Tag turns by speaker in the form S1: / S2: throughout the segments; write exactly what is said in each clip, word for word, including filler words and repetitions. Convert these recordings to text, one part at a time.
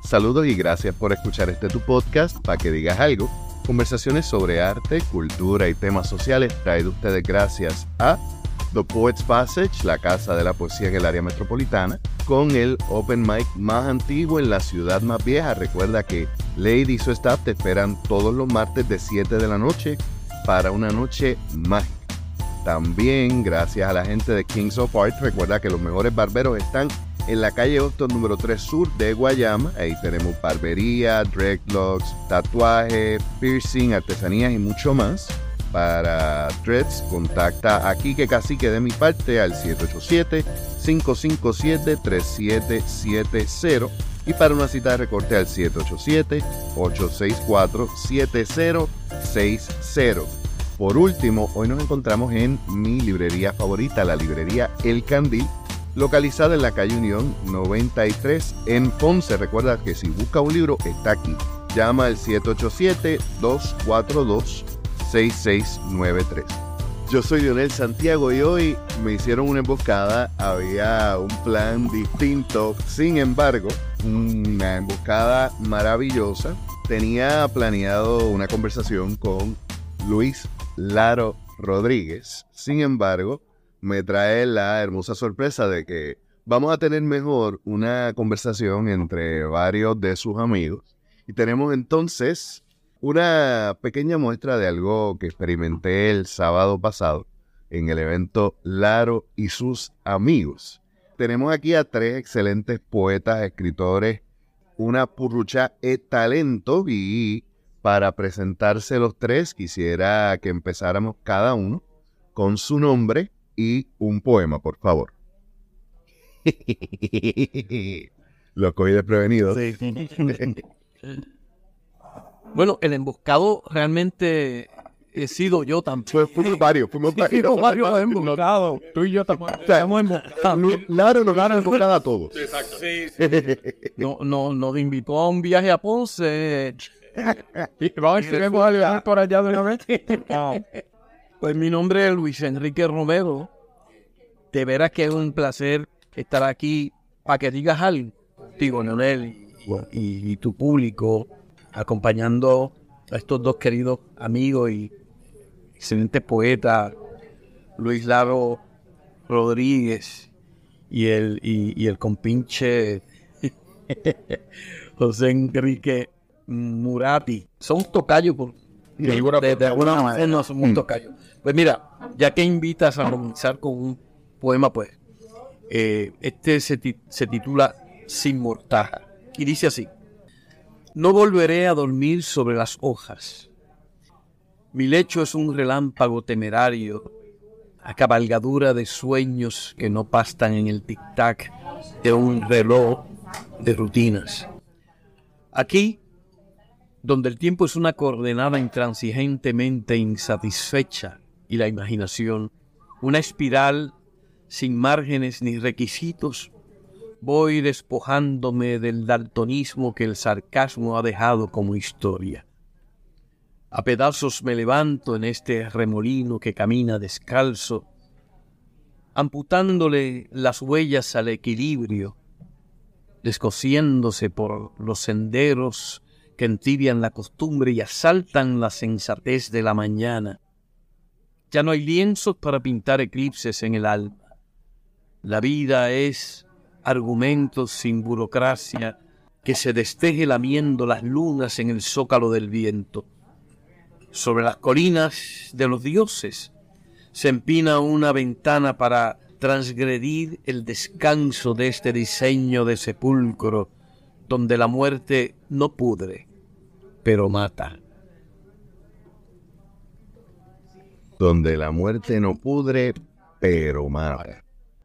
S1: Saludos y gracias por escuchar este tu podcast, Pa' que digas algo. Conversaciones sobre arte, cultura y temas sociales traído ustedes gracias a The Poets Passage, la casa de la poesía en el área metropolitana, con el open mic más antiguo en la ciudad más vieja. Recuerda que Lady y su staff te esperan todos los martes de siete de la noche para una noche mágica. También gracias a la gente de Kings of Art. Recuerda que los mejores barberos están en la calle Hostos número tres sur de Guayama. Ahí tenemos barbería, dreadlocks, tatuaje, piercing, artesanías y mucho más. Para dreads, contacta a Quique Cacique de mi parte al siete ocho siete, cinco cinco siete, tres siete siete cero y para una cita de recorte al siete ocho siete, ocho seis cuatro, siete cero seis cero. Por último, hoy nos encontramos en mi librería favorita, la librería El Candil, localizada en la calle Unión noventa y tres en Ponce. Recuerda que si busca un libro, está aquí. Llama al siete ocho siete, dos cuatro dos, seis seis nueve tres. Yo soy Leonel Santiago y hoy me hicieron una emboscada. Había un plan distinto, sin embargo, una emboscada maravillosa. Tenía planeado una conversación con Luis Laro Rodríguez. Sin embargo, me trae la hermosa sorpresa de que vamos a tener mejor una conversación entre varios de sus amigos. Y tenemos entonces una pequeña muestra de algo que experimenté el sábado pasado en el evento Laro y sus amigos. Tenemos aquí a tres excelentes poetas, escritores, una purrucha de talento, y para presentarse los tres quisiera que empezáramos cada uno con su nombre y un poema, por favor. Lo cogí desprevenido.
S2: Sí. Bueno, el emboscado realmente he sido yo también.
S1: Fuimos varios, fuimos varios.
S2: Fuimos varios emboscados. Tú y yo estamos, estamos emboscados.
S1: Claro, nos ganan emboscada a todos.
S2: Exacto. Sí, sí. No, no, nos invitó a un viaje a Ponce. Y vamos a ver si a viajar por allá de una vez. Pues mi nombre es Luis Enrique Romero. De veras que es un placer estar aquí para que digas algo. Digo, Leonel y, y, y tu público, acompañando a estos dos queridos amigos y excelentes poetas, Luis Laro Rodríguez y el, y, y el compinche José Enrique Murati. Son tocayos, por, de, de, de alguna manera no somos tocayos. Pues mira, ya que invitas a comenzar con un poema, pues, eh, este se, ti- se titula Sin mortaja y dice así: no volveré a dormir sobre las hojas. Mi lecho es un relámpago temerario, a cabalgadura de sueños que no pastan en el tic-tac de un reloj de rutinas. Aquí, donde el tiempo es una coordenada intransigentemente insatisfecha y la imaginación una espiral sin márgenes ni requisitos, voy despojándome del daltonismo que el sarcasmo ha dejado como historia. A pedazos me levanto en este remolino que camina descalzo, amputándole las huellas al equilibrio, descosiéndose por los senderos que entibian la costumbre y asaltan la sensatez de la mañana. Ya no hay lienzos para pintar eclipses en el alma. La vida es argumentos sin burocracia que se desteje lamiendo las lunas en el zócalo del viento. Sobre las colinas de los dioses se empina una ventana para transgredir el descanso de este diseño de sepulcro donde la muerte no pudre, pero mata.
S1: Donde la muerte no pudre, pero mata.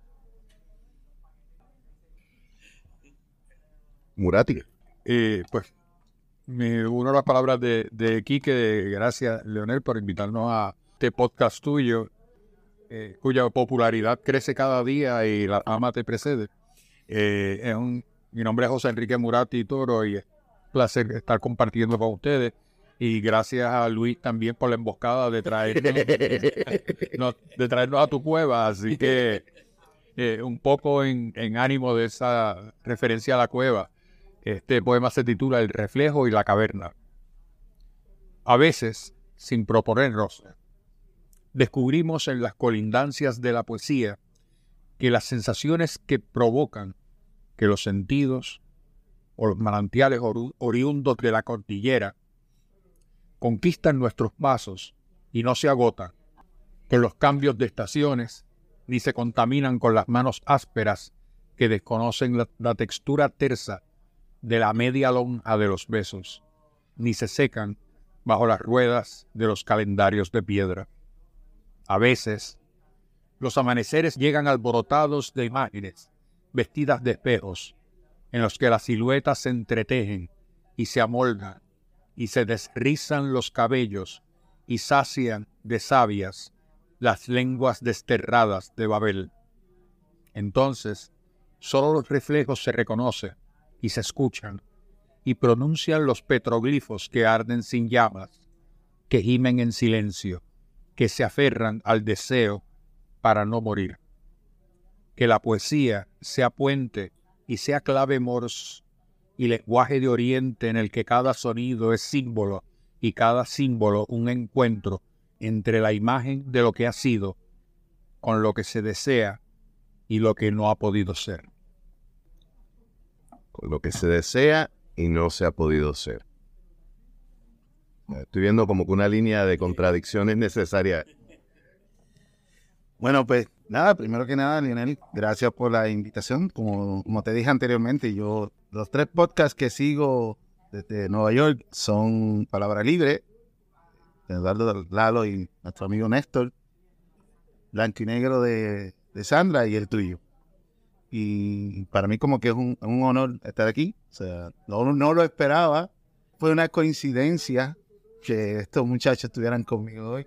S1: Murati.
S3: Eh, pues me uno a las palabras de, de Quique. Gracias, Leonel, por invitarnos a este podcast tuyo, eh, cuya popularidad crece cada día y la fama te precede. Eh, es un, mi nombre es José Enrique Murati Toro y es un placer estar compartiendo con ustedes. Y gracias a Luis también por la emboscada de traernos, no, de traernos a tu cueva. Así que eh, un poco en, en ánimo de esa referencia a la cueva. Este poema se titula El reflejo y la caverna. A veces, sin proponernos, descubrimos en las colindancias de la poesía que las sensaciones que provocan que los sentidos o los manantiales ori- oriundos de la cordillera conquistan nuestros pasos y no se agotan con los cambios de estaciones ni se contaminan con las manos ásperas que desconocen la, la textura tersa de la media lonja de los besos, ni se secan bajo las ruedas de los calendarios de piedra. A veces, los amaneceres llegan alborotados de imágenes, vestidas de espejos, en los que las siluetas se entretejen y se amoldan, y se desrizan los cabellos y sacian de sabias las lenguas desterradas de Babel. Entonces, solo los reflejos se reconocen y se escuchan, y pronuncian los petroglifos que arden sin llamas, que gimen en silencio, que se aferran al deseo para no morir. Que la poesía sea puente y sea clave morse y lenguaje de oriente en el que cada sonido es símbolo y cada símbolo un encuentro entre la imagen de lo que ha sido con lo que se desea y lo que no ha podido ser.
S1: Con lo que se desea y no se ha podido ser. Estoy viendo como que una línea de contradicciones necesaria.
S4: Bueno, pues nada, primero que nada, Lionel, gracias por la invitación. Como, como te dije anteriormente, yo los tres podcasts que sigo desde Nueva York son Palabra Libre, Eduardo Lalo y nuestro amigo Néstor, Blanco y Negro de, de Sandra y el tuyo. Y para mí como que es un, un honor estar aquí. O sea, no, no lo esperaba. Fue una coincidencia que estos muchachos estuvieran conmigo hoy.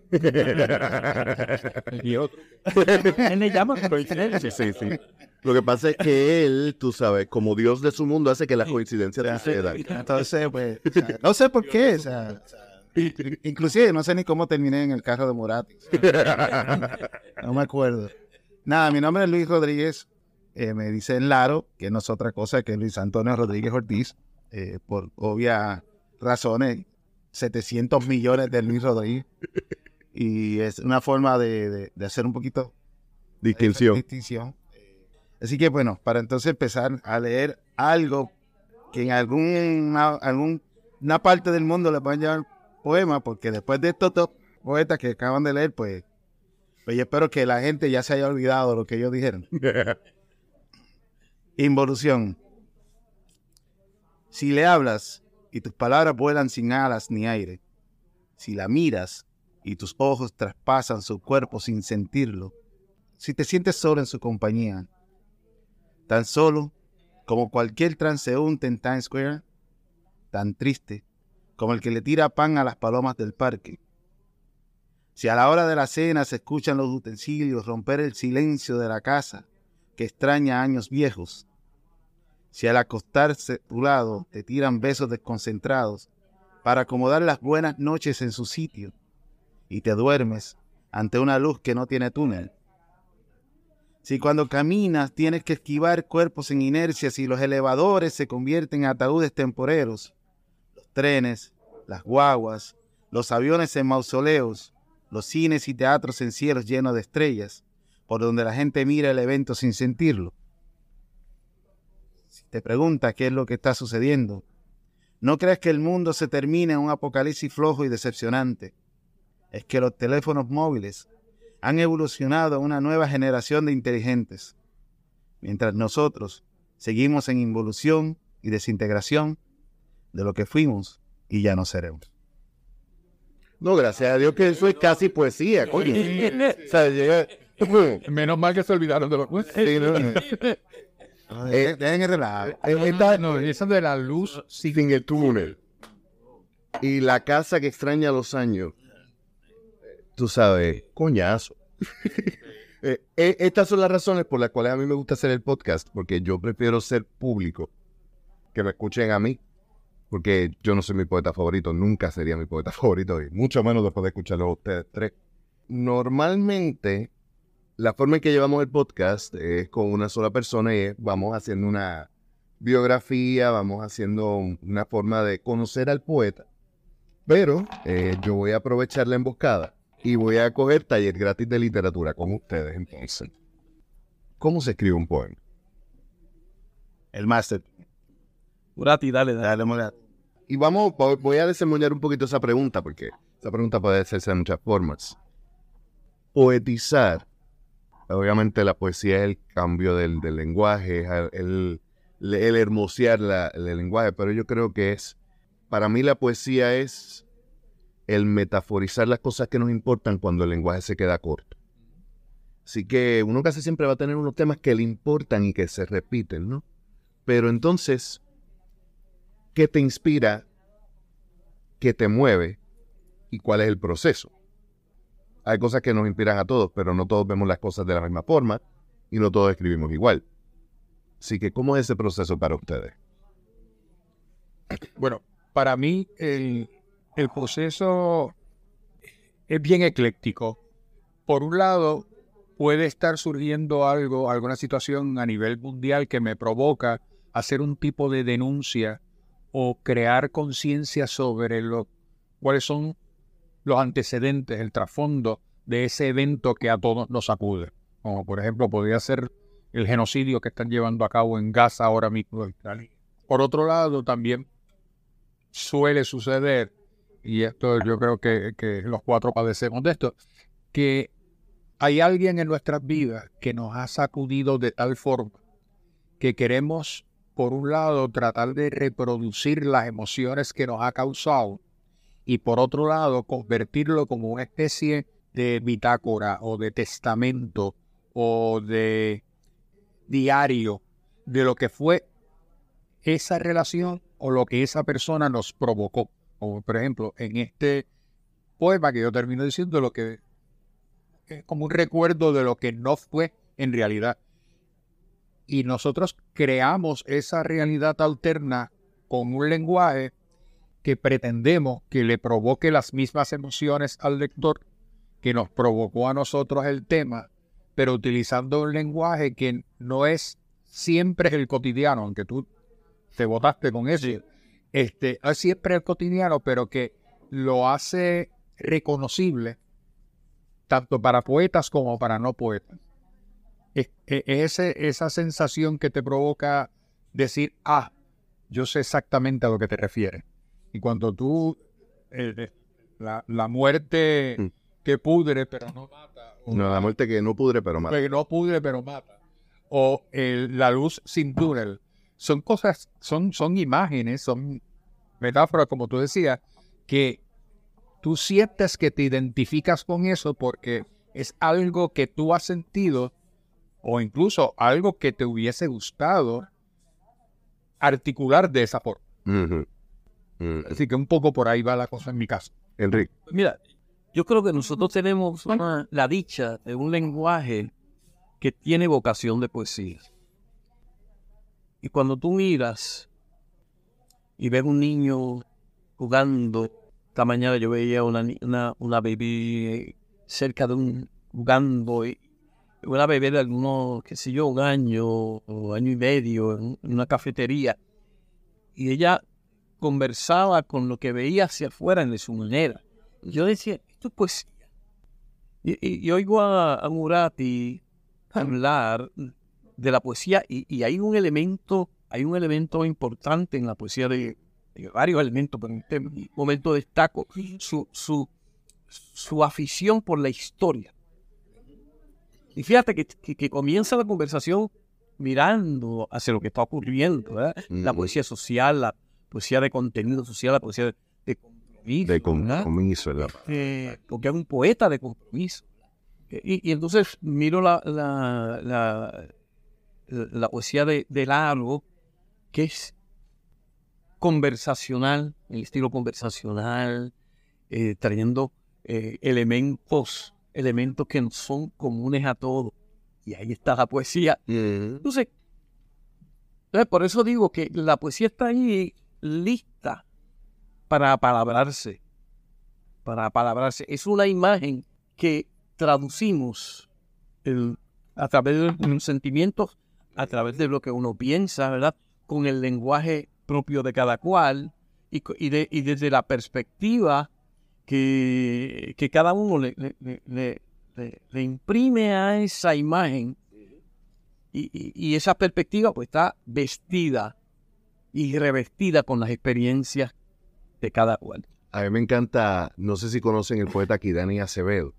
S3: Y otro.
S2: Él le llama coincidencia.
S1: Sí, sí. Lo que pasa es que él, tú sabes, como Dios de su mundo, hace que las coincidencias sucedan.
S4: Entonces, pues, o sea, no sé por qué. O sea, o sea, inclusive no sé ni cómo terminé en el carro de Moratti. O sea, no me acuerdo. Nada, mi nombre es Luis Rodríguez. Eh, me dicen Laro, que no es otra cosa que Luis Antonio Rodríguez Ortiz. Eh, por obvias razones, setecientos millones de Luis Rodríguez. Y es una forma de, de, de hacer un poquito
S1: Distinción.
S4: de distinción. Así que bueno, para entonces empezar a leer algo que en alguna, alguna parte del mundo le pueden llamar poema, porque después de estos dos poetas que acaban de leer, pues, pues yo espero que la gente ya se haya olvidado de lo que ellos dijeron. Involución. Si le hablas y tus palabras vuelan sin alas ni aire, si la miras y tus ojos traspasan su cuerpo sin sentirlo, si te sientes solo en su compañía, tan solo como cualquier transeúnte en Times Square, tan triste como el que le tira pan a las palomas del parque, si a la hora de la cena se escuchan los utensilios romper el silencio de la casa que extraña años viejos, si al acostarse a tu lado te tiran besos desconcentrados para acomodar las buenas noches en su sitio y te duermes ante una luz que no tiene túnel, si cuando caminas tienes que esquivar cuerpos en inercia, si los elevadores se convierten en ataúdes temporeros, los trenes, las guaguas, los aviones en mausoleos, los cines y teatros en cielos llenos de estrellas, por donde la gente mira el evento sin sentirlo. Si te preguntas qué es lo que está sucediendo, no creas que el mundo se termine en un apocalipsis flojo y decepcionante. Es que los teléfonos móviles han evolucionado a una nueva generación de inteligentes, mientras nosotros seguimos en involución y desintegración de lo que fuimos y ya no seremos.
S1: No, gracias a Dios que eso es casi poesía, coño. O sea, llega...
S3: Menos mal que se olvidaron de los
S1: Sí, no.
S4: Eh, Dejen el relajo.
S1: Esta,
S3: no, esa de la luz
S1: sin el túnel. Y la casa que extraña los años. Tú sabes, coñazo. eh, eh, estas son las razones por las cuales a mí me gusta hacer el podcast, porque yo prefiero ser público, que me escuchen a mí, porque yo no soy mi poeta favorito, nunca sería mi poeta favorito, y mucho menos después de escucharlo a ustedes tres. Normalmente, la forma en que llevamos el podcast es con una sola persona y es, vamos haciendo una biografía, vamos haciendo una forma de conocer al poeta. Pero eh, yo voy a aprovechar la emboscada y voy a coger taller gratis de literatura con ustedes. Entonces, ¿cómo se escribe un poema?
S4: El máster.
S2: Murati, dale, dale.
S4: Dale, Murati.
S1: Y vamos, voy a desemboñar un poquito esa pregunta, porque esa pregunta puede hacerse de muchas formas. Poetizar, obviamente la poesía es el cambio del, del lenguaje, es el, el, el hermosear la, el lenguaje, pero yo creo que es, para mí la poesía es el metaforizar las cosas que nos importan cuando el lenguaje se queda corto. Así que uno casi siempre va a tener unos temas que le importan y que se repiten, ¿no? Pero entonces, ¿qué te inspira? ¿Qué te mueve? ¿Y cuál es el proceso? Hay cosas que nos inspiran a todos, pero no todos vemos las cosas de la misma forma y no todos escribimos igual. Así que, ¿cómo es ese proceso para ustedes?
S3: Bueno, para mí el, el proceso es bien ecléctico. Por un lado, puede estar surgiendo algo, alguna situación a nivel mundial que me provoca hacer un tipo de denuncia o crear conciencia sobre lo, cuáles son los antecedentes, el trasfondo de ese evento que a todos nos sacude. Como por ejemplo podría ser el genocidio que están llevando a cabo en Gaza ahora mismo. Por otro lado, también suele suceder, y esto yo creo que, que los cuatro padecemos de esto, que hay alguien en nuestras vidas que nos ha sacudido de tal forma que queremos, por un lado, tratar de reproducir las emociones que nos ha causado y, por otro lado, convertirlo como una especie de bitácora o de testamento o de diario de lo que fue esa relación o lo que esa persona nos provocó. Como, por ejemplo, en este poema que yo termino diciendo, lo que es como un recuerdo de lo que no fue en realidad. Y nosotros creamos esa realidad alterna con un lenguaje que pretendemos que le provoque las mismas emociones al lector que nos provocó a nosotros el tema, pero utilizando un lenguaje que no es siempre el cotidiano, aunque tú te botaste con eso. Sí. Este, es siempre el cotidiano, pero que lo hace reconocible tanto para poetas como para no poetas. Es, es ese, esa sensación que te provoca decir, ah, yo sé exactamente a lo que te refieres. Y cuando tú, eh, la, la muerte mm. que pudre pero no mata. O
S1: no, la muerte que no pudre pero mata.
S3: Que no pudre pero mata. O eh, la luz sin túnel. Son cosas, son, son imágenes, son metáforas, como tú decías, que tú sientes que te identificas con eso porque es algo que tú has sentido o incluso algo que te hubiese gustado articular de esa forma. Uh-huh. Uh-huh. Así que un poco por ahí va la cosa en mi caso.
S1: Enrique.
S2: Mira, yo creo que nosotros tenemos una, la dicha de un lenguaje que tiene vocación de poesía. Y cuando tú miras y ves un niño jugando, esta mañana yo veía una, una, una bebé cerca de un jugando, y una bebé de algunos, qué sé yo, un año o año y medio en una cafetería, y ella conversaba con lo que veía hacia afuera de su manera. Y yo decía, esto es poesía. Y, y, y oigo a, a Murati hablar de la poesía y, y hay un elemento, hay un elemento importante en la poesía de, de varios elementos, pero en este momento destaco su, su, su afición por la historia. Y fíjate que, que, que comienza la conversación mirando hacia lo que está ocurriendo, ¿verdad? Mm. La poesía social, la poesía de contenido social, la poesía de, de compromiso.
S1: De compromiso, ¿verdad?
S2: Eh, porque es un poeta de compromiso. Y, y entonces miro la, la, la, la poesía de, de Lago, que es conversacional, el estilo conversacional, eh, trayendo eh, elementos, elementos que no son comunes a todos. Y ahí está la poesía. Uh-huh. Entonces, entonces, por eso digo que la poesía está ahí lista para apalabrarse. Para apalabrarse. Es una imagen que traducimos el, a través de los sentimientos, a través de lo que uno piensa, ¿verdad? con el lenguaje propio de cada cual y, y, de, y desde la perspectiva que, que cada uno le, le, le, le, le imprime a esa imagen y, y, y esa perspectiva pues está vestida y revestida con las experiencias de cada cual.
S1: A mí me encanta, no sé si conocen el poeta Kidani Acevedo,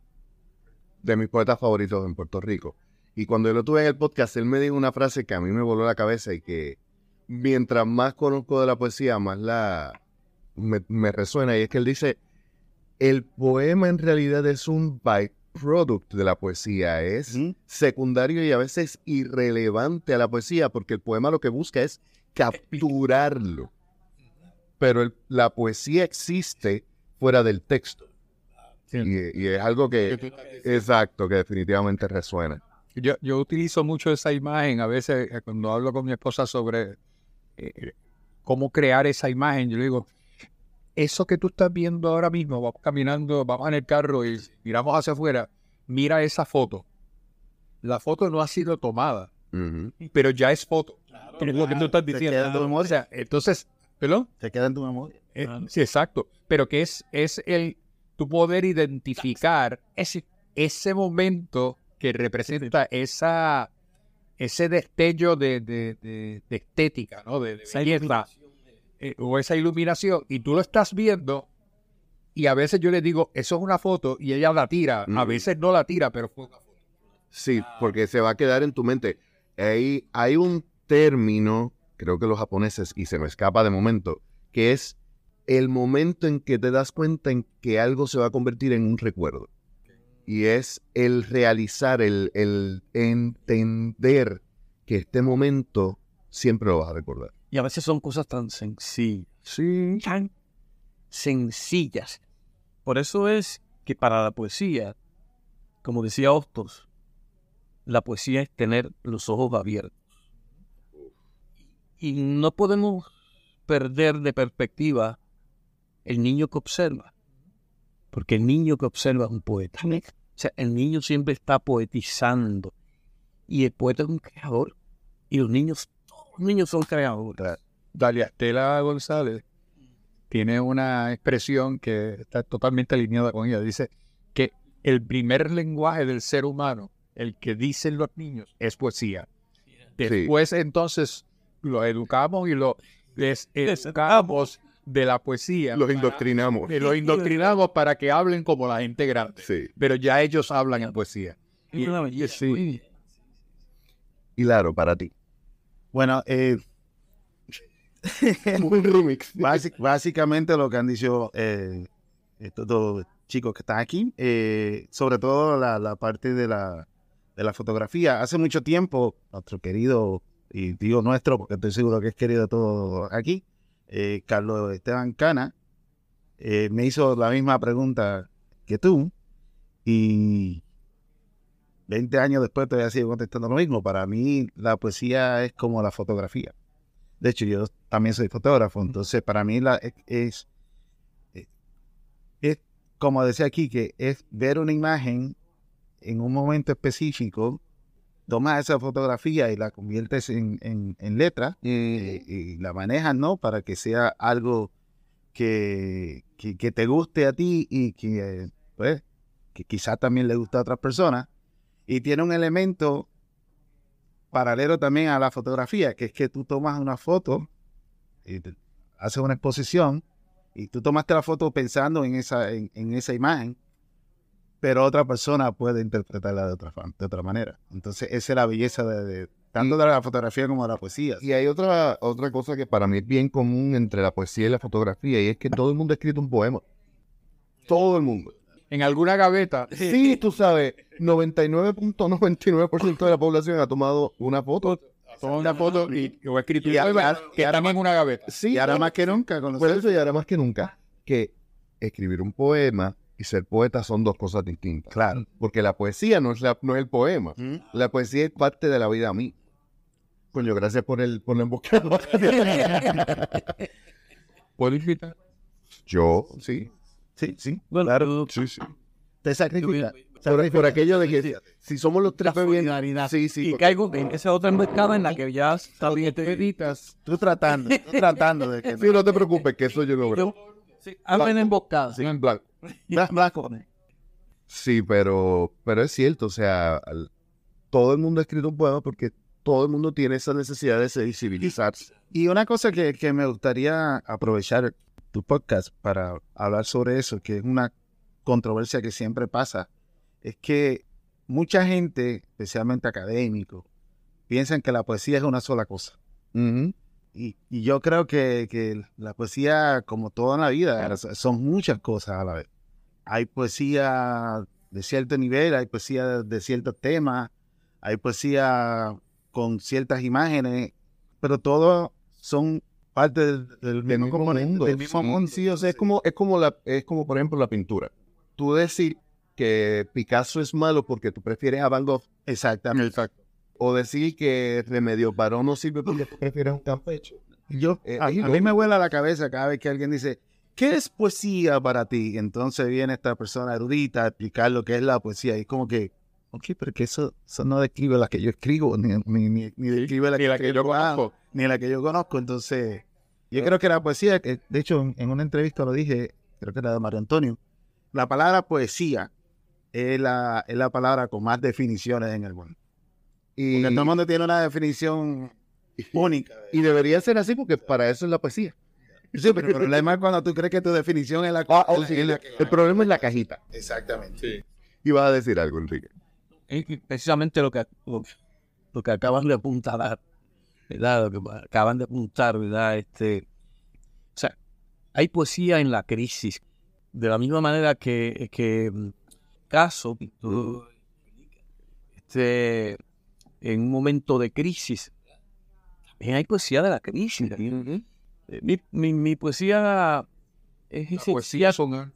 S1: de mis poetas favoritos en Puerto Rico. Y cuando yo lo tuve en el podcast, él me dijo una frase que a mí me voló la cabeza y que mientras más conozco de la poesía, más la me, me resuena. Y es que él dice, el poema en realidad es un byproduct de la poesía, es ¿Mm? secundario y a veces irrelevante a la poesía, porque el poema lo que busca es capturarlo. Pero el, la poesía existe fuera del texto. Sí. Y, y es algo que, exacto, que definitivamente resuena.
S3: Yo, yo utilizo mucho esa imagen a veces cuando hablo con mi esposa sobre eh, cómo crear esa imagen. Yo le digo, eso que tú estás viendo ahora mismo, vamos caminando, vamos en el carro y miramos hacia afuera, mira esa foto. La foto no ha sido tomada, uh-huh. pero ya es foto. Claro, es lo que tú estás diciendo. Se queda en tu memoria. O sea, entonces, ¿perdón?
S4: Se queda en tu memoria.
S3: Eh, claro. Sí, exacto. Pero que es, es el tu poder identificar ese, ese momento que representa esa, ese destello de, de, de, de estética, ¿no? De, de belleza, eh, o esa iluminación, y tú lo estás viendo, y a veces yo le digo, eso es una foto, y ella la tira, mm. a veces no la tira, pero fue una foto.
S1: Sí, porque se va a quedar en tu mente. Hay, hay un término, creo que los japoneses, y se me escapa de momento, que es el momento en que te das cuenta en que algo se va a convertir en un recuerdo. Y es el realizar, el, el entender que este momento siempre lo vas a recordar.
S2: Y a veces son cosas tan sencillas.
S1: Sí.
S2: Tan sencillas. Por eso es que para la poesía, como decía Hostos, la poesía es tener los ojos abiertos. Y no podemos perder de perspectiva el niño que observa. Porque el niño que observa es un poeta. O sea, el niño siempre está poetizando. Y el poeta es un creador. Y los niños, todos los niños son creadores.
S3: Dalia Estela González tiene una expresión que está totalmente alineada con ella. Dice que el primer lenguaje del ser humano, el que dicen los niños, es poesía. Después, sí. entonces, los educamos y lo, les educamos de la poesía.
S1: Los indoctrinamos.
S3: Para, los indoctrinamos para que hablen como la gente grande.
S1: Sí.
S3: Pero ya ellos hablan en poesía.
S2: Y, y, sí.
S1: Y Laro, para ti.
S4: Bueno, eh,
S1: un remix.
S4: Básic, básicamente lo que han dicho eh, estos dos chicos que están aquí, eh, sobre todo la, la parte de la, de la fotografía. Hace mucho tiempo, nuestro querido, y digo nuestro porque estoy seguro que es querido de todos aquí, Eh, Carlos Esteban Cana eh, me hizo la misma pregunta que tú y veinte años después todavía sigo contestando lo mismo. Para mí la poesía es como la fotografía. De hecho, yo también soy fotógrafo, entonces para mí la, es, es, es, es como decía aquí, que es ver una imagen en un momento específico, tomas esa fotografía y la conviertes en, en, en letra mm. eh, y la manejas, ¿no? Para que sea algo que, que, que te guste a ti y que, pues, que quizás también le guste a otras personas. Y tiene un elemento paralelo también a la fotografía, que es que tú tomas una foto y te, haces una exposición y tú tomaste la foto pensando en esa, en, en esa imagen, pero otra persona puede interpretarla de otra, de otra manera. Entonces, esa es la belleza de, de tanto de la fotografía como de la poesía.
S1: Y hay otra, otra cosa que para mí es bien común entre la poesía y la fotografía, y es que todo el mundo ha escrito un poema. Todo el mundo.
S3: En alguna gaveta.
S1: Sí, tú sabes, noventa y nueve punto noventa y nueve por ciento de la población ha tomado una foto.
S3: Toma una foto y, o escrito y, y ahora, que ahora más en una gaveta.
S1: Sí,
S4: y ahora más que nunca. Con
S1: por eso y ahora más que nunca. Que escribir un poema y ser poeta son dos cosas distintas.
S4: Claro.
S1: Porque la poesía no es, la, no es el poema. ¿Mm? La poesía es parte de la vida a mí. Coño, gracias por el, por el emboscado.
S3: ¿Puedo invitar?
S1: Yo, sí.
S4: Sí, sí.
S2: Bueno,
S4: claro.
S1: Sí, sí.
S4: Te sacrifica.
S2: Yo,
S1: Por, por aquello de que si somos los tres bebiendo.
S2: Sí, sí. Y porque... caigo en esa otra emboscada en la que ya está bien editas.
S4: Tú tratando, tú tratando de que...
S1: Sí, no te preocupes, que eso yo lo veo.
S2: Sí, algo en emboscada.
S1: Sí, en blanco.
S2: Blanco.
S1: Sí, pero, pero es cierto, o sea, al, todo el mundo ha escrito un poema porque todo el mundo tiene esa necesidad de sensibilizarse.
S4: Y una cosa que, que me gustaría aprovechar tu podcast para hablar sobre eso, que es una controversia que siempre pasa, es que mucha gente, especialmente académicos, piensan que la poesía es una sola cosa.
S1: Uh-huh.
S4: Y, y yo creo que, que la poesía, como todo en la vida, son muchas cosas a la vez. Hay poesía de cierto nivel, hay poesía de ciertos temas, hay poesía con ciertas imágenes, pero todos son parte del, del,
S1: del mismo mundo.
S4: Del mismo
S1: sí,
S4: mundo.
S1: Sí, o sea, es como, es como la, es como por ejemplo la pintura. Tú decir que Picasso es malo porque tú prefieres a Van Gogh.
S4: Exactamente.
S3: Exacto.
S1: O decir que Remedios Varo no sirve porque tú prefieres un Campeche.
S4: Yo,
S1: eh,
S4: a, a mí me vuela la cabeza cada vez que alguien dice, ¿qué es poesía para ti? Entonces viene esta persona erudita a explicar lo que es la poesía. Y como que, ok, pero que eso, eso no describe la que yo escribo, ni, ni, ni, ni describe la,
S3: ni
S4: que,
S3: la que yo conozco.
S4: Ni la que yo conozco. Entonces, yo creo que la poesía, de hecho, en, en una entrevista lo dije, creo que era de Mario Antonio, la palabra poesía es la, es la palabra con más definiciones en el mundo. Y porque todo el mundo tiene una definición única.
S1: Y debería ser así porque para eso es la poesía.
S4: Sí, pero el problema es cuando tú crees que tu definición es la...
S1: Ah, oh, sí, la, el problema es la cajita.
S4: Exactamente.
S3: Sí.
S1: Y vas a decir algo, Enrique.
S2: Es precisamente lo que, lo, lo que acaban de apuntar, ¿verdad? Lo que acaban de apuntar, ¿verdad? Este, o sea, hay poesía en la crisis. De la misma manera que, que Caso, este, en un momento de crisis, también hay poesía de la crisis. Uh-huh. Mi, mi, mi poesía es
S3: la poesía son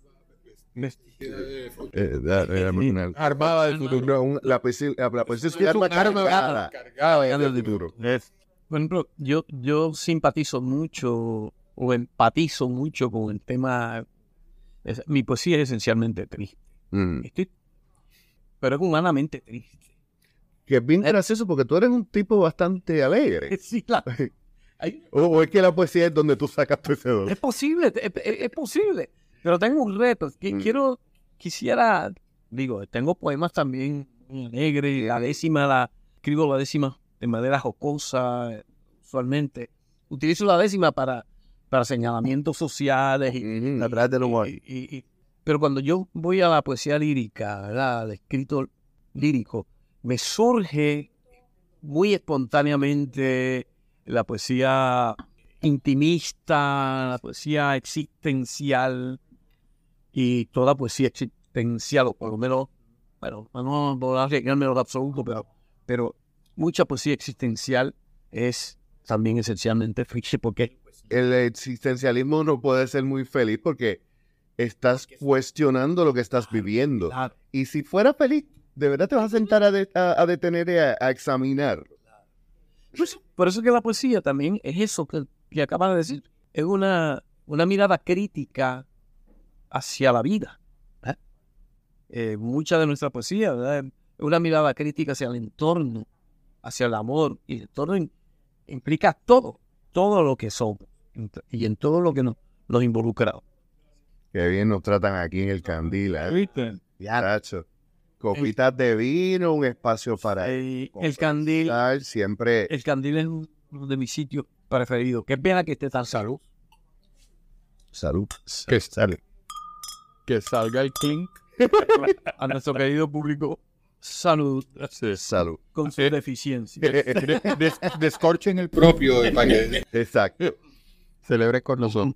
S1: eh,
S3: armada del futuro.
S1: La poesía, la poesía es
S3: un arma cargada, cargada
S2: del futuro. Por ejemplo, yo, yo simpatizo mucho o empatizo mucho con el tema. Es, mi poesía es esencialmente triste.
S1: Mm.
S2: Estoy, pero es humanamente triste.
S1: Que es bien gracioso porque tú eres un tipo bastante alegre.
S2: Sí, claro.
S1: Hay... O, o es que la poesía es donde tú sacas tu ese dolor.
S2: Es posible, es, es, es posible. Pero tengo un reto. Que, mm. Quiero, quisiera, digo, tengo poemas también muy alegres. La décima, la escribo la décima de manera jocosa, usualmente. Utilizo la décima para, para señalamientos sociales y,
S1: mm, atrás del humor.
S2: Y, y, y, pero cuando yo voy a la poesía lírica, ¿verdad? Al escrito lírico, me surge muy espontáneamente la poesía intimista, la poesía existencial y toda poesía existencial, o por lo menos, bueno, no voy a arriesgarme lo absoluto, pero, pero mucha poesía existencial es también esencialmente triste porque
S1: el existencialismo no puede ser muy feliz porque estás cuestionando lo que estás viviendo.
S2: Claro.
S1: Y si fuera feliz, de verdad te vas a sentar a, de, a, a detener y a, a examinar.
S2: Pues, por eso que la poesía también es eso que, que acabas de decir. Es una, una mirada crítica hacia la vida. ¿eh? Eh, mucha de nuestra poesía, ¿verdad? Es una mirada crítica hacia el entorno, hacia el amor. Y el entorno in, implica todo, todo lo que somos y en todo lo que nos, nos involucra.
S1: Qué bien nos tratan aquí en el Candil. ¿eh?
S3: ¿Viste?
S1: Ya, Nacho. Copitas el, de vino, un espacio para
S2: el, el Candil.
S1: Siempre.
S2: El Candil es uno de mis sitios preferidos. Qué pena que esté tan salud.
S1: Salud.
S3: Que, sale. que salga el clink.
S2: A nuestro querido público, salud.
S1: Sí. Salud.
S2: Con sus deficiencias.
S3: Des, des, descorchen el propio.
S1: Exacto.
S3: Celebre con nosotros.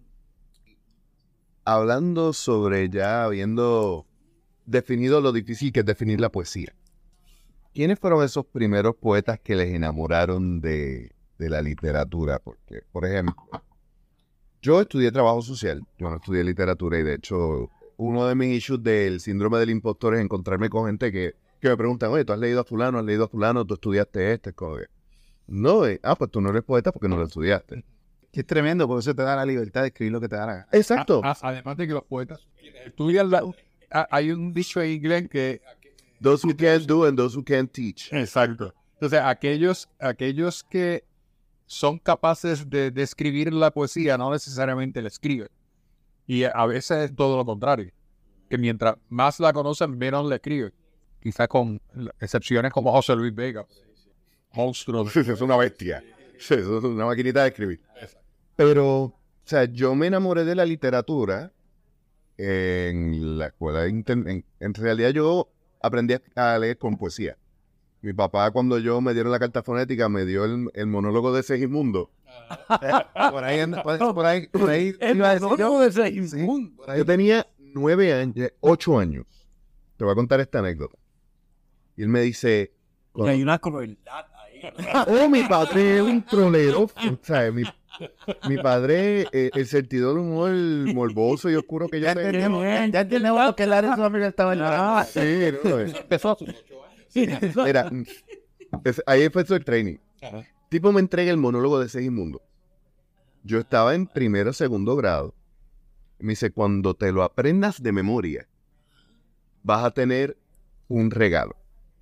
S1: Hablando sobre ya habiendo definido lo difícil que es definir la poesía. ¿Quiénes fueron esos primeros poetas que les enamoraron de, de la literatura? Porque, por ejemplo, yo estudié trabajo social, yo no estudié literatura y de hecho uno de mis issues del síndrome del impostor es encontrarme con gente que, que me preguntan, oye, ¿tú has leído a fulano, has leído a fulano, tú estudiaste este? Es como que, no, eh, ah, pues tú no eres poeta porque no lo estudiaste.
S4: Que es tremendo, porque eso te da la libertad de escribir lo que te da la gana.
S1: Exacto.
S3: A, a, además de que los poetas estudian la... A, hay un dicho en inglés que
S1: Those who can't do and those who can't teach.
S3: Exacto. Entonces, aquellos, aquellos que son capaces de, de escribir la poesía no necesariamente la escriben. Y a veces es todo lo contrario. Que mientras más la conocen, menos la escriben. Quizás con excepciones como José Luis Vega. Monstruo.
S1: Es una bestia. Es una maquinita de escribir. Pero, o sea, yo me enamoré de la literatura en la escuela. De inter- en, en realidad yo aprendí a leer con poesía. Mi papá, cuando yo me dieron la carta fonética, me dio el, el monólogo de Segismundo.
S4: Por ahí, anda- por, por ahí, por ahí.
S2: El
S4: iba a decir yo.
S2: monólogo de Segismundo.
S4: Sí, por ahí.
S1: Yo tenía nueve años, eh, ocho años. Te voy a contar esta anécdota. Y él me dice...
S2: Y hay una crueldad ahí.
S1: Oh, mi padre es un trolero. O sea, mi, mi padre, eh, el sentido del humor morboso y oscuro que yo
S4: Ya
S1: tengo.
S4: entendemos, ya entendemos que la Arizona estaba en la...
S2: Ah,
S1: Sí, no, es-
S2: empezó a sus ocho años.
S1: mira, es- ahí empezó el training. Tipo me entrega el monólogo de Segismundo. Yo estaba en primero o segundo grado. Y me dice, cuando te lo aprendas de memoria, vas a tener un regalo.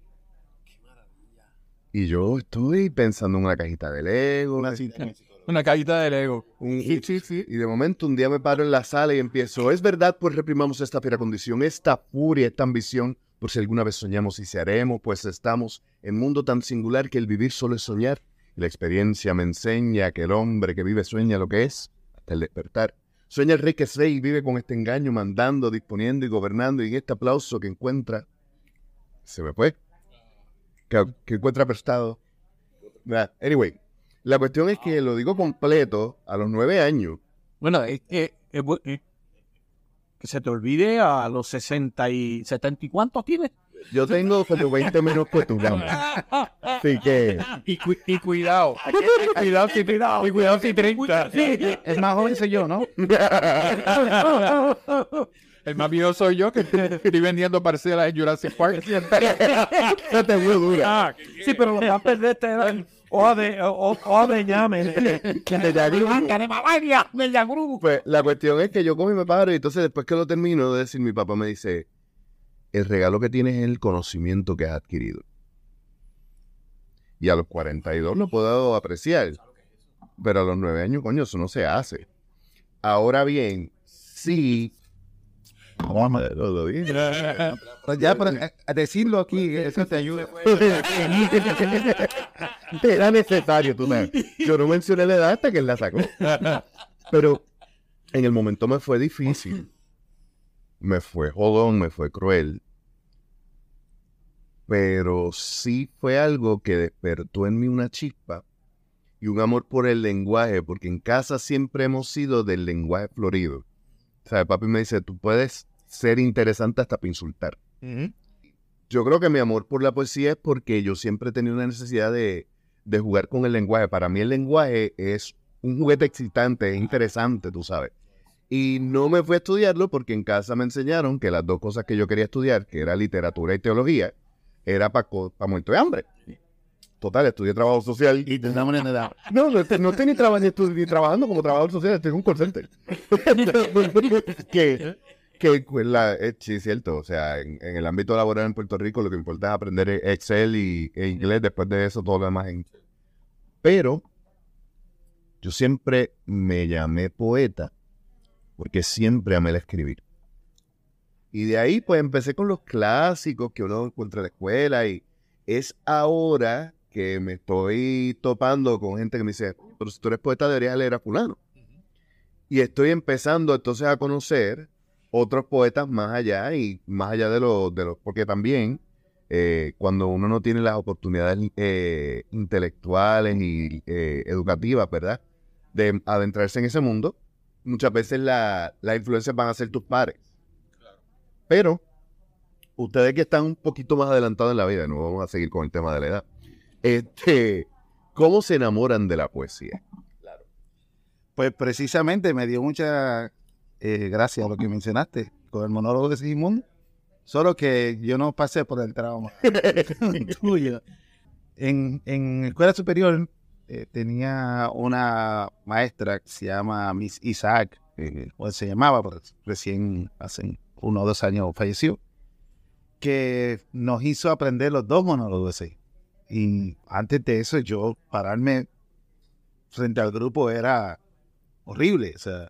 S1: Y yo estoy pensando en una cajita de Lego.
S4: Una cita.
S3: Una cajita de Lego.
S1: Un- y, y de momento un día me paro en la sala y empiezo, es verdad, pues reprimamos esta fiera condición, esta furia, esta ambición, por si alguna vez soñamos y se haremos, pues estamos en un mundo tan singular que el vivir solo es soñar. Y la experiencia me enseña que el hombre que vive sueña lo que es, hasta el despertar. Sueña el rey que es rey y vive con este engaño, mandando, disponiendo y gobernando, y en este aplauso que encuentra, se me fue, que, que encuentra prestado. Nah, Anyway, la cuestión es que lo digo completo a los nueve años.
S2: Bueno, es que es bu- es- que se te olvide a los sesenta y setenta y cuántos tienes.
S1: Yo tengo como veinte menos que tú, Ram. Así que,
S3: Y, cu- y cuidado.
S2: Cuidado, sí, cuidado.
S3: Y cuidado si treinta.
S4: Es más joven soy yo, ¿no?
S3: El más viejo soy yo que estoy vendiendo parcelas en Jurassic Park.
S1: esa te fue dura.
S2: Ah, sí, pero lo que va a perder este era hoja de, o- hoja de llame. De blanca, de malaria, de yagru.
S1: Pues la cuestión es que yo cojo y me paro y entonces después que lo termino de decir, mi papá me dice, el regalo que tienes es el conocimiento que has adquirido. Y a los cuarenta y dos lo puedo apreciar. Pero a los nueve años, coño, eso no se hace. Ahora bien, sí... ¿Cómo me lo dije?
S4: Pero ya, pero a, a decirlo aquí, eso te ayuda.
S1: Era necesario, tú sabes. Yo no mencioné la edad hasta que él la sacó. Pero en el momento me fue difícil. Me fue jodón, me fue cruel. Pero sí fue algo que despertó en mí una chispa y un amor por el lenguaje, porque en casa siempre hemos sido del lenguaje florido. O sea, papi me dice, tú puedes ser interesante hasta para insultar. Yo creo que mi amor por la poesía es porque yo siempre he tenido una necesidad de, de jugar con el lenguaje. Para mí el lenguaje es un juguete excitante, es interesante, tú sabes. Y no me fui a estudiarlo porque en casa me enseñaron que las dos cosas que yo quería estudiar, que era literatura y teología, era para pa muerto de hambre. Total, estudié trabajo social.
S4: Y te damos en edad.
S1: No, no, estoy- no estoy ni, traba- ni estu- ni trabajando como trabajador social, estoy en un call center. que, que pues, la, es, sí, es cierto, o sea, en, en el ámbito laboral en Puerto Rico lo que importa es aprender Excel y, e inglés, después de eso todo lo demás en... Pero yo siempre me llamé poeta porque siempre amé el escribir. Y de ahí pues empecé con los clásicos que uno encuentra en la escuela y es ahora que me estoy topando con gente que me dice, pero si tú eres poeta deberías leer a fulano. Y estoy empezando entonces a conocer otros poetas más allá y más allá de los, de los porque también eh, cuando uno no tiene las oportunidades eh, intelectuales y eh, educativas, ¿verdad? De adentrarse en ese mundo, muchas veces la, las influencias van a ser tus pares. Pero ustedes que están un poquito más adelantados en la vida, no vamos a seguir con el tema de la edad, este, ¿cómo se enamoran de la poesía?
S4: Pues precisamente me dio mucha eh, gracia lo que mencionaste con el monólogo de Segismundo. Solo que yo no pasé por el trauma tuyo. En, en escuela superior eh, tenía una maestra que se llama Miss Isaac, eh, o se llamaba, pero recién hace uno o dos años falleció. que nos hizo aprender los dos monólogos ahí. Y antes de eso, yo pararme frente al grupo era horrible, o sea,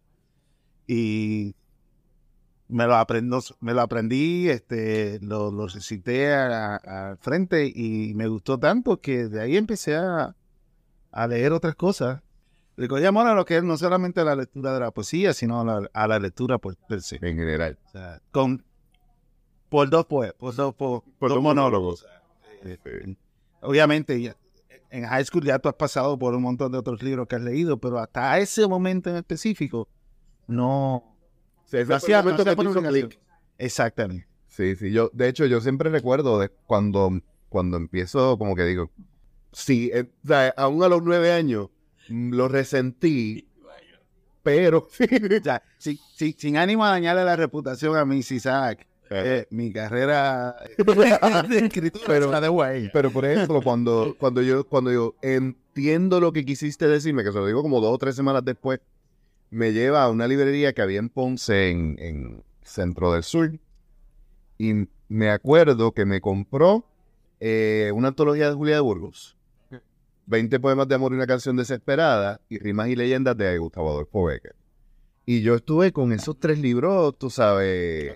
S4: y me lo, aprendo, me lo aprendí, este, lo, lo recité al frente y me gustó tanto que de ahí empecé a, a leer otras cosas. Le cogí amor a lo que es no solamente la lectura de la poesía, sino a la, a la lectura por per se.
S1: En general.
S4: O sea, con, por dos poemas, por dos, por,
S1: Por
S4: dos
S1: dos
S4: monólogos.
S1: monólogos.
S4: Eh, Obviamente, ya, en high school ya tú has pasado por un montón de otros libros que has leído, pero hasta ese momento en específico, no...
S1: Sí, ese
S4: no
S1: fue el momento
S4: no
S1: que te hizo
S4: comunicación.
S1: clic.
S4: Exactamente.
S1: Sí, sí, yo, de hecho, yo siempre recuerdo de cuando, cuando empiezo, como que digo, sí, eh, o sea, aún a los nueve años, mm, lo resentí, pero,
S4: O sea, si- si- sin ánimo a dañarle la reputación a Miss Isaac, eh, mi carrera de escritura
S1: Pero-
S4: se la debo a ella.
S1: pero por ejemplo, cuando, cuando yo, cuando yo entiendo lo que quisiste decirme, que se lo digo como dos o tres semanas después, me lleva a una librería que había en Ponce, en, en Centro del Sur, y me acuerdo que me compró eh, una antología de Julia de Burgos, veinte poemas de amor y una canción desesperada, y rimas y leyendas de Gustavo Adolfo Bécquer. Y yo estuve con esos tres libros, tú sabes,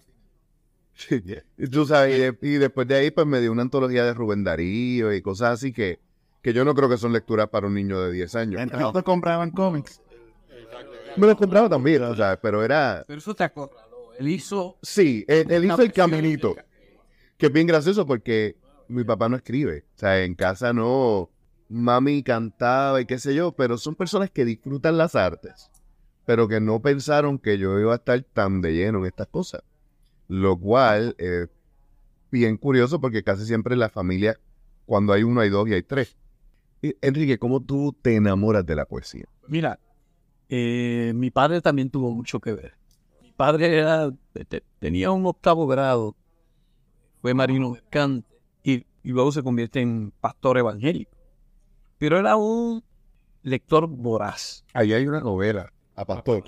S1: y tú sabes, y, de- y después de ahí pues me dio una antología de Rubén Darío y cosas así que, que yo no creo que son lecturas para un niño de diez años.
S4: Entre otros compraban cómics.
S1: Me lo compraba también, o sea, pero era...
S2: Pero eso te acorraló. Él hizo...
S1: Sí, él, él hizo el
S2: versión.
S1: caminito, que es bien gracioso porque mi papá no escribe, o sea, en casa no, mami cantaba y qué sé yo, pero son personas que disfrutan las artes, pero que no pensaron que yo iba a estar tan de lleno en estas cosas, lo cual es bien curioso porque casi siempre en la familia, cuando hay uno, hay dos y hay tres. Y, Enrique, ¿cómo tú te enamoras de la poesía?
S2: Mira, eh, mi padre también tuvo mucho que ver. Mi padre era, te- tenía un octavo grado, fue marino mercante y, y luego se convierte en pastor evangélico. Pero era un lector voraz.
S3: Ahí hay una novela.
S1: A pastor.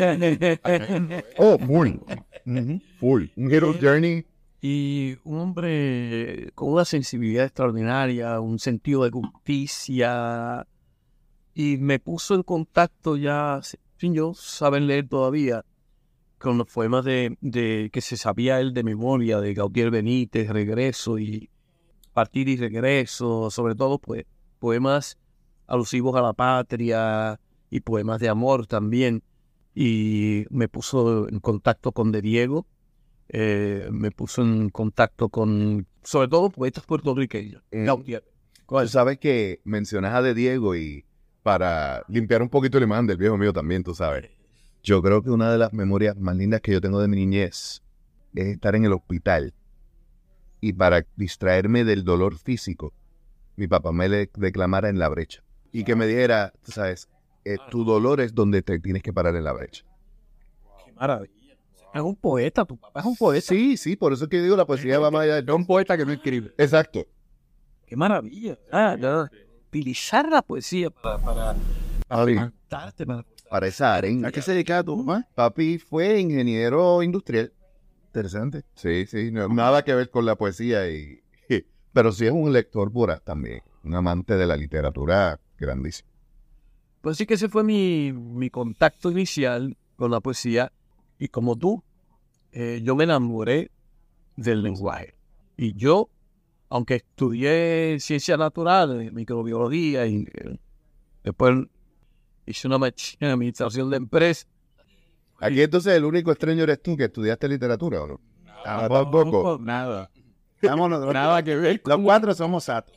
S2: y
S1: Oh, full. Full. Un Hero Journey.
S2: un hombre con una sensibilidad extraordinaria, un sentido de justicia. Y me puso en contacto ya, sin yo saber leer todavía, con los poemas de, de que se sabía él de memoria, de Gautier Benítez, Regreso y Partir y Regreso, sobre todo pues poemas alusivos a la patria y poemas de amor también. Y me puso en contacto con De Diego, eh, me puso en contacto con, sobre todo, poetas puertorriqueños.
S1: Mm.
S2: Gautier.
S1: Tú sabes que mencionas a De Diego y para limpiar un poquito el imán del viejo mío también, tú sabes. Yo creo que una de las memorias más lindas que yo tengo de mi niñez es estar en el hospital y para distraerme del dolor físico, mi papá me le declamara en la brecha y que me dijera, tú sabes, eh, tu dolor es donde te tienes que parar en la brecha.
S2: Qué maravilla. Es un poeta, tu papá es un poeta.
S1: Sí, sí, por eso es que digo la poesía va más allá
S3: Es
S1: de...
S3: un poeta que no escribe.
S1: Exacto.
S2: Qué maravilla. Ah, ya. Utilizar la poesía para, para,
S1: Papi,
S2: cantarte, para...
S1: para esa arenga.
S4: ¿A qué se dedicaba tu mamá?
S1: Papi fue ingeniero industrial.
S4: Interesante.
S1: Sí, sí, no, nada que ver con la poesía, y, pero sí es un lector voraz también, un amante de la literatura grandísimo.
S2: Pues sí que ese fue mi, mi contacto inicial con la poesía. Y como tú, eh, yo me enamoré del lenguaje. Y yo, aunque estudié ciencias naturales, microbiología, y eh, después hice una maestría en administración de empresas.
S1: Aquí entonces el único extraño eres tú que estudiaste literatura, ¿o no?
S4: Ah,
S1: Tampoco.
S3: Nada.
S4: Vámonos,
S3: Nada que ver.
S4: los cuatro somos satos.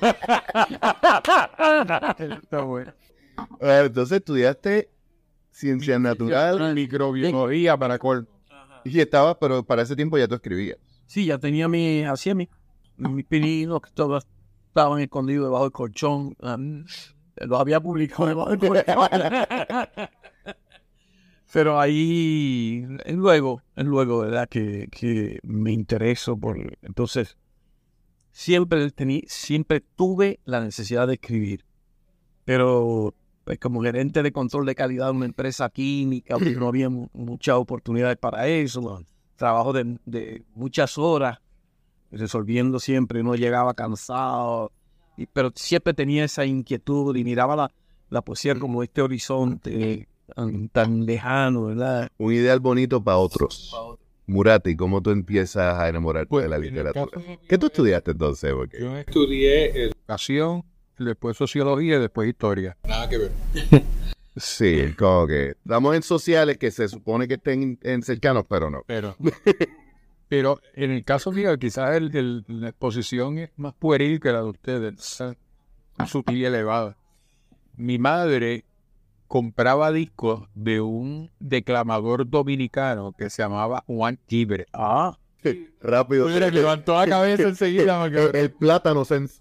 S3: Está bueno.
S1: Eh, Entonces estudiaste ciencias naturales
S3: Microbiología para colmo.
S1: y estabas, pero para ese tiempo ya tú escribías.
S2: Sí, ya tenía mi, hacía mi, mis pininos que todos estaban escondidos debajo del colchón. Ah, los había publicado debajo del colchón. Pero ahí, es luego, es luego, ¿verdad? Que, que me intereso por... Entonces, siempre, tení, siempre tuve la necesidad de escribir. Pero pues, como gerente de control de calidad de una empresa química, pues, no había mu- muchas oportunidades para eso. Trabajo de, de muchas horas. resolviendo siempre, uno llegaba cansado, y, pero siempre tenía esa inquietud y miraba la, la poesía como este horizonte tan, tan lejano, ¿verdad?
S1: Un ideal bonito para otros. Murati, ¿cómo tú empiezas a enamorarte
S3: Pues,
S1: de la
S3: en el
S1: literatura?
S3: caso de-
S1: ¿Qué tú estudiaste entonces? Porque
S3: Yo estudié educación, después sociología y después historia. Nada que ver.
S1: sí, como que estamos en sociales que se supone que estén en cercanos, pero no.
S3: Pero, pero en el caso mío, quizás el, el- la exposición es más pueril que la de ustedes, más sutil y elevada. Mi madre compraba discos de un declamador dominicano que se llamaba Juan Gibre.
S2: Ah,
S1: Rápido.
S3: Mira, levantó la cabeza enseguida.
S1: El, el plátano sense.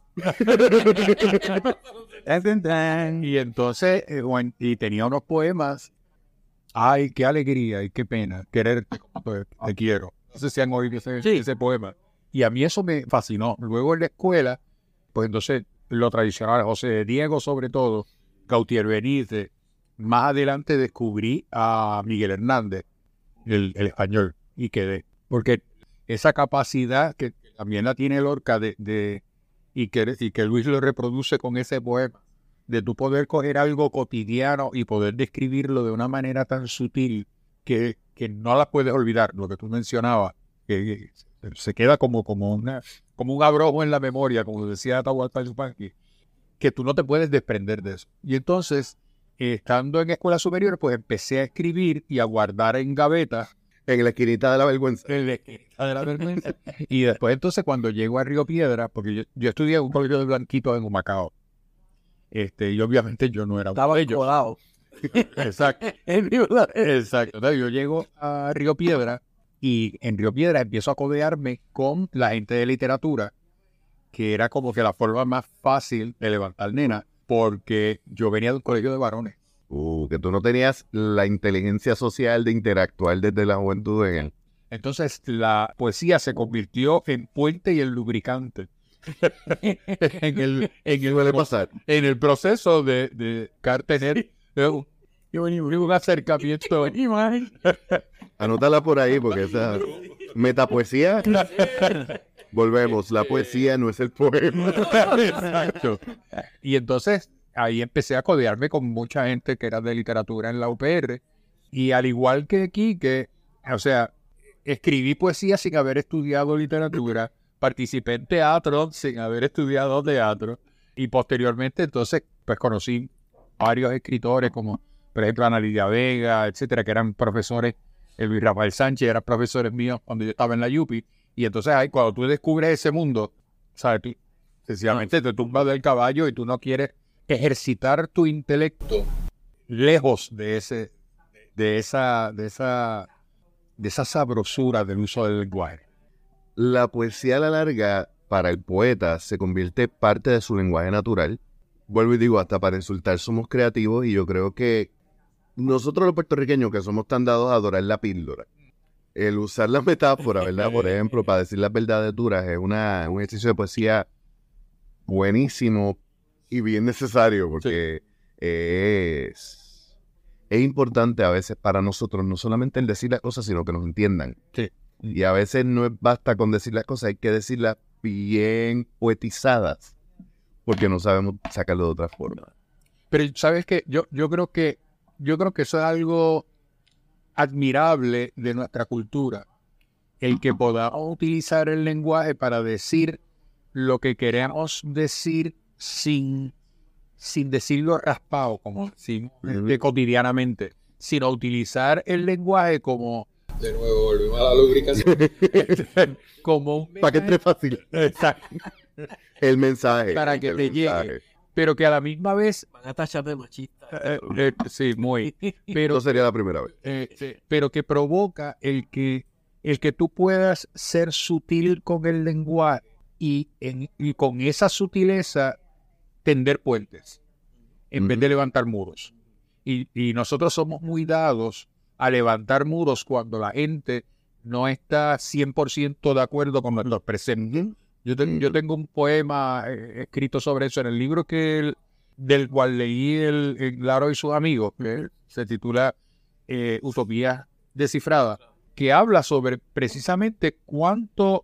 S3: Y entonces, eh, Juan- y tenía unos poemas. Ay, qué alegría y qué pena quererte como te, te quiero. No sé si han oído ese,
S2: Sí.
S3: ese poema. Y a mí eso me fascinó. Luego en la escuela, pues entonces lo tradicional, José Diego sobre todo, Gautier Benítez. Más adelante descubrí a Miguel Hernández, el, el español, y quedé. Porque esa capacidad que también la tiene Lorca de, de y, que, y que Luis lo reproduce con ese poema, de tu poder coger algo cotidiano y poder describirlo de una manera tan sutil que, que no la puedes olvidar, lo que tú mencionabas, que, que se queda como, como, una, como un abrojo en la memoria, como decía Atahualpa Yupanqui, que tú no te puedes desprender de eso. Y entonces, eh, estando en escuela superior, pues empecé a escribir y a guardar en gavetas
S1: En la esquinita de la vergüenza.
S3: el de de la vergüenza. Y después entonces cuando llego a Río Piedra, porque yo, yo estudié en un colegio de blanquitos en Humacao, este, y obviamente yo no era
S2: estaba
S3: de ellos.
S2: colado.
S3: Exacto, exacto. Entonces yo llego a Río Piedra y en Río Piedra empiezo a codearme con la gente de literatura, que era como que la forma más fácil de levantar nena, porque yo venía de un colegio de varones.
S1: Uh, que tú no tenías la inteligencia social de interactuar desde la juventud en él.
S3: Entonces la poesía se convirtió en puente y en lubricante. en el, en el,
S1: Suele pasar.
S3: en el proceso de, de car- tener eh, un, un acercamiento.
S1: Anótala por ahí porque esa metapoesía. Volvemos, la poesía no es el poema.
S3: Exacto. Y entonces ahí empecé a codearme con mucha gente que era de literatura en la U P R. Y al igual que Quique, o sea, escribí poesía sin haber estudiado literatura, participé en teatro sin haber estudiado teatro. Y posteriormente entonces pues conocí varios escritores como por ejemplo Ana Lidia Vega, etcétera, que eran profesores. El Luis Rafael Sánchez eran profesores míos cuando yo estaba en la Yupi. Y entonces ahí cuando tú descubres ese mundo, ¿sabes? Tú sencillamente te tumbas del caballo y tú no quieres ejercitar tu intelecto lejos de ese, de esa, de esa, de esa sabrosura del uso del lenguaje.
S1: La poesía a la larga, para el poeta, se convierte parte de su lenguaje natural. Vuelvo y digo, hasta para insultar somos creativos y yo creo que nosotros los puertorriqueños que somos tan dados a adorar la píldora, el usar la metáfora, ¿verdad? Por ejemplo, para decir las verdades duras, es una, un ejercicio de poesía buenísimo y bien necesario porque es, es importante a veces para nosotros no solamente el decir las cosas, sino que nos entiendan.
S3: Sí.
S1: Y a veces no es basta con decir las cosas, hay que decirlas bien poetizadas porque no sabemos sacarlo de otra forma.
S3: Pero sabes que yo, yo creo que yo creo que eso es algo admirable de nuestra cultura, el que podamos utilizar el lenguaje para decir lo que queremos decir sin, sin decirlo raspado, como decimos uh-huh. cotidianamente, sino utilizar el lenguaje como, de nuevo, volvemos a la lubricación, como un
S1: para que entre fácil.
S3: Exacto.
S1: El mensaje.
S3: Para que
S1: el
S3: te
S1: mensaje.
S3: llegue. Pero que a la misma vez
S2: van a tachar de machista.
S3: Eh, eh, sí, muy. Pero
S1: no sería la primera vez.
S3: Eh, sí, pero que provoca el que, el que tú puedas ser sutil con el lenguaje y, en, y con esa sutileza tender puentes en uh-huh. vez de levantar muros. Y, y nosotros somos muy dados a levantar muros cuando la gente no está cien por ciento de acuerdo con los presentes. Uh-huh. Yo, te, yo tengo un poema eh, escrito sobre eso en el libro que el, del cual leí el, el Laro y sus amigos, que se titula eh, Utopía Descifrada, que habla sobre precisamente cuánto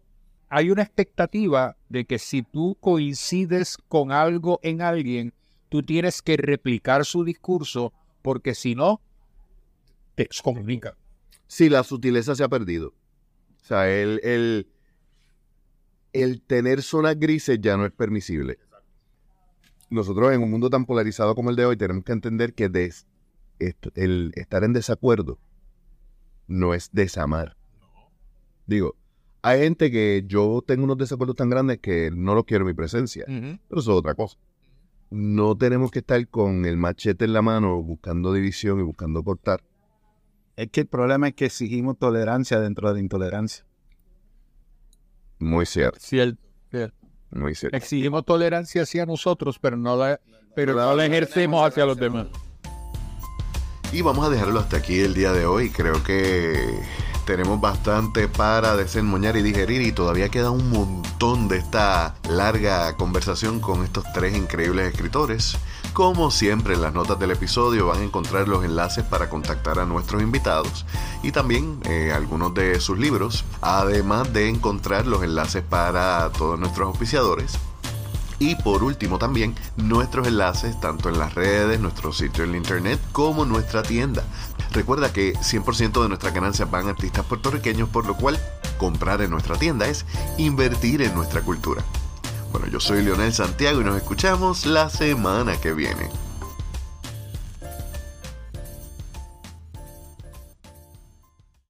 S3: hay una expectativa de que si tú coincides con algo en alguien, tú tienes que replicar su discurso, porque si no, te excomunica.
S1: Sí, la sutileza se ha perdido. O sea, el, el, el tener zonas grises ya no es permisible. Nosotros en un mundo tan polarizado como el de hoy tenemos que entender que des, esto, el estar en desacuerdo no es desamar. Digo, hay gente que yo tengo unos desacuerdos tan grandes que no los quiero en mi presencia, uh-huh. pero eso es otra cosa. No tenemos que estar con el machete en la mano buscando división y buscando cortar.
S4: Es que el problema es que exigimos tolerancia dentro de la intolerancia.
S1: Muy cierto.
S3: Cierto, cierto.
S1: Muy cierto.
S3: Exigimos tolerancia hacia nosotros, pero no la, pero no la ejercemos hacia los demás.
S1: Y vamos a dejarlo hasta aquí el día de hoy. Creo que tenemos bastante para desenmoñar y digerir y todavía queda un montón de esta larga conversación con estos tres increíbles escritores. Como siempre, en las notas del episodio van a encontrar los enlaces para contactar a nuestros invitados y también eh, algunos de sus libros, además de encontrar los enlaces para todos nuestros auspiciadores. Y por último también nuestros enlaces tanto en las redes, nuestro sitio en la internet como nuestra tienda. Recuerda que cien por ciento de nuestras ganancias van a artistas puertorriqueños, por lo cual comprar en nuestra tienda es invertir en nuestra cultura. Bueno, yo soy Leonel Santiago y nos escuchamos la semana que viene.